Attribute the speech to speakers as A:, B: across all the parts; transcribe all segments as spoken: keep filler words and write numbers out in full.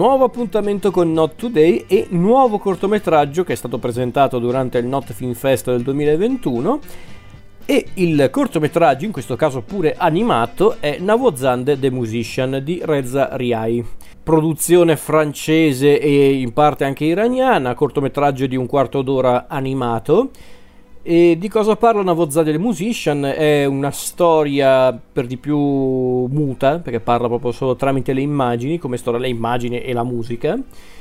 A: nuovo appuntamento con Not Today e nuovo cortometraggio che è stato presentato durante il Not Film Fest del duemilaventuno. E il cortometraggio, in questo caso pure animato, è Navozande the Musician di Reza Riai. Produzione francese e in parte anche iraniana, cortometraggio di un quarto d'ora animato. E di cosa parla Navozande the Musician? È una storia per di più muta, perché parla proprio solo tramite le immagini, come storia le immagini e la musica.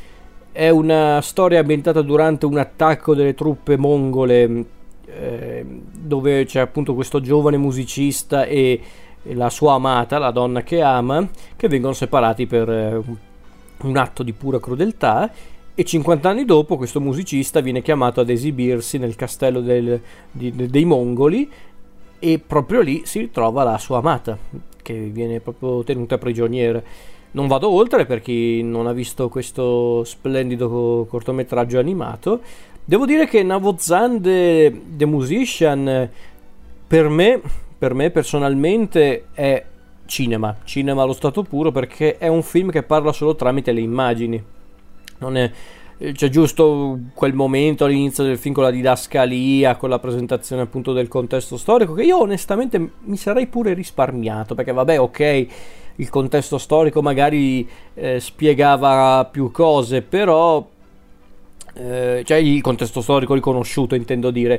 A: È una storia ambientata durante un attacco delle truppe mongole, eh, dove c'è appunto questo giovane musicista e, e la sua amata, la donna che ama, che vengono separati per eh, un atto di pura crudeltà. E cinquanta anni dopo questo musicista viene chiamato ad esibirsi nel castello del, di, dei mongoli, e proprio lì si ritrova la sua amata, che viene proprio tenuta prigioniera. Non vado oltre per chi non ha visto questo splendido cortometraggio animato. Devo dire che Navozande the Musician per me, per me personalmente è cinema, cinema allo stato puro, perché è un film che parla solo tramite le immagini. Non è, c'è giusto quel momento all'inizio del film con la didascalia, con la presentazione appunto del contesto storico, che io onestamente mi sarei pure risparmiato, perché vabbè, ok, il contesto storico magari eh, spiegava più cose, però eh, cioè il contesto storico riconosciuto, intendo dire.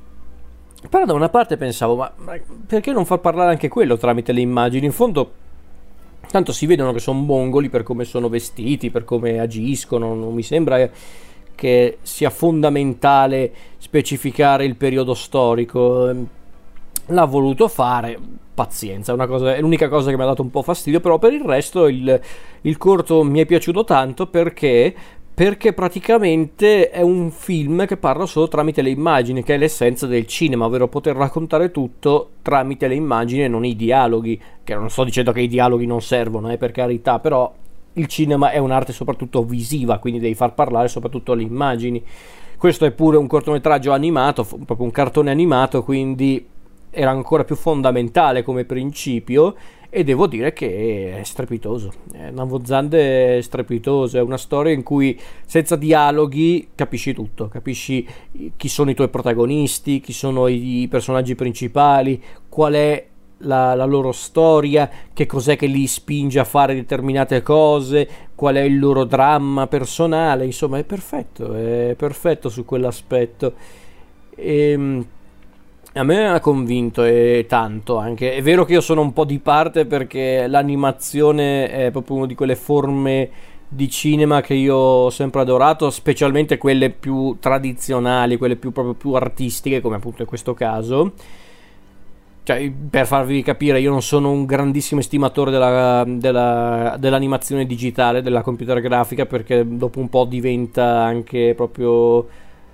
A: Però da una parte pensavo, ma, ma perché non far parlare anche quello tramite le immagini? In fondo tanto si vedono che sono mongoli per come sono vestiti, per come agiscono. Non mi sembra che sia fondamentale specificare il periodo storico. L'ha voluto fare, pazienza, è, una cosa, è l'unica cosa che mi ha dato un po' fastidio. Però per il resto il, il corto mi è piaciuto tanto perché perché praticamente è un film che parla solo tramite le immagini, che è l'essenza del cinema, ovvero poter raccontare tutto tramite le immagini e non i dialoghi, che non sto dicendo che i dialoghi non servono, eh, per carità, però il cinema è un'arte soprattutto visiva, quindi devi far parlare soprattutto le immagini. Questo è pure un cortometraggio animato, proprio un cartone animato, quindi era ancora più fondamentale come principio. E devo dire che è strepitoso, è Navozande è strepitoso, è una storia in cui senza dialoghi capisci tutto, capisci chi sono i tuoi protagonisti, chi sono i personaggi principali, qual è la, la loro storia, che cos'è che li spinge a fare determinate cose, qual è il loro dramma personale. Insomma è perfetto, è perfetto su quell'aspetto. E a me ha convinto, e tanto anche. È vero che io sono un po' di parte, perché l'animazione è proprio una di quelle forme di cinema che io ho sempre adorato, specialmente quelle più tradizionali, quelle più proprio più artistiche, come appunto in questo caso. Cioè, per farvi capire, io non sono un grandissimo estimatore della, della, dell'animazione digitale, della computer grafica, perché dopo un po' diventa anche proprio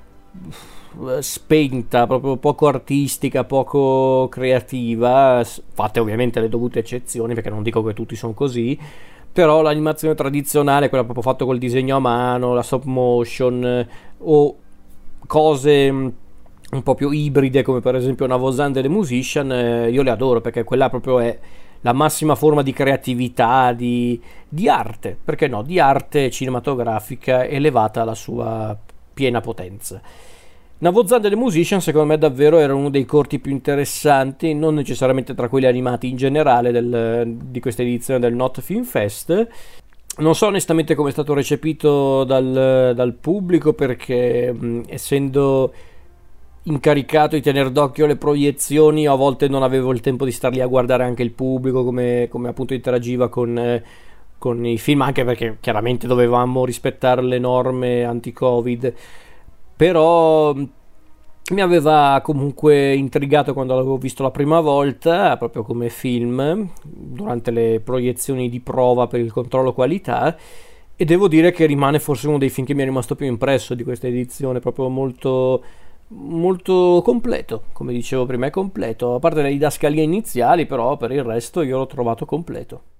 A: spenta, proprio poco artistica, poco creativa, fatte ovviamente le dovute eccezioni, perché non dico che tutti sono così. Però l'animazione tradizionale, quella proprio fatta col disegno a mano, la stop motion, o cose un po' più ibride come per esempio Navozande the Musician, eh, io le adoro, perché quella proprio è la massima forma di creatività, di, di arte, perché no, di arte cinematografica elevata alla sua piena potenza. Navozande the Musician secondo me davvero era uno dei corti più interessanti, non necessariamente tra quelli animati, in generale del, di questa edizione del Not Film Fest. Non so onestamente come è stato recepito dal, dal pubblico, perché mh, essendo incaricato di tenere d'occhio le proiezioni, a volte non avevo il tempo di starli a guardare anche il pubblico, come, come appunto interagiva con, eh, con i film, anche perché chiaramente dovevamo rispettare le norme anti-Covid. Però mi aveva comunque intrigato quando l'avevo visto la prima volta, proprio come film, durante le proiezioni di prova per il controllo qualità, e devo dire che rimane forse uno dei film che mi è rimasto più impresso di questa edizione, proprio molto, molto completo, come dicevo prima, è completo, a parte le didascalie iniziali, però per il resto io l'ho trovato completo.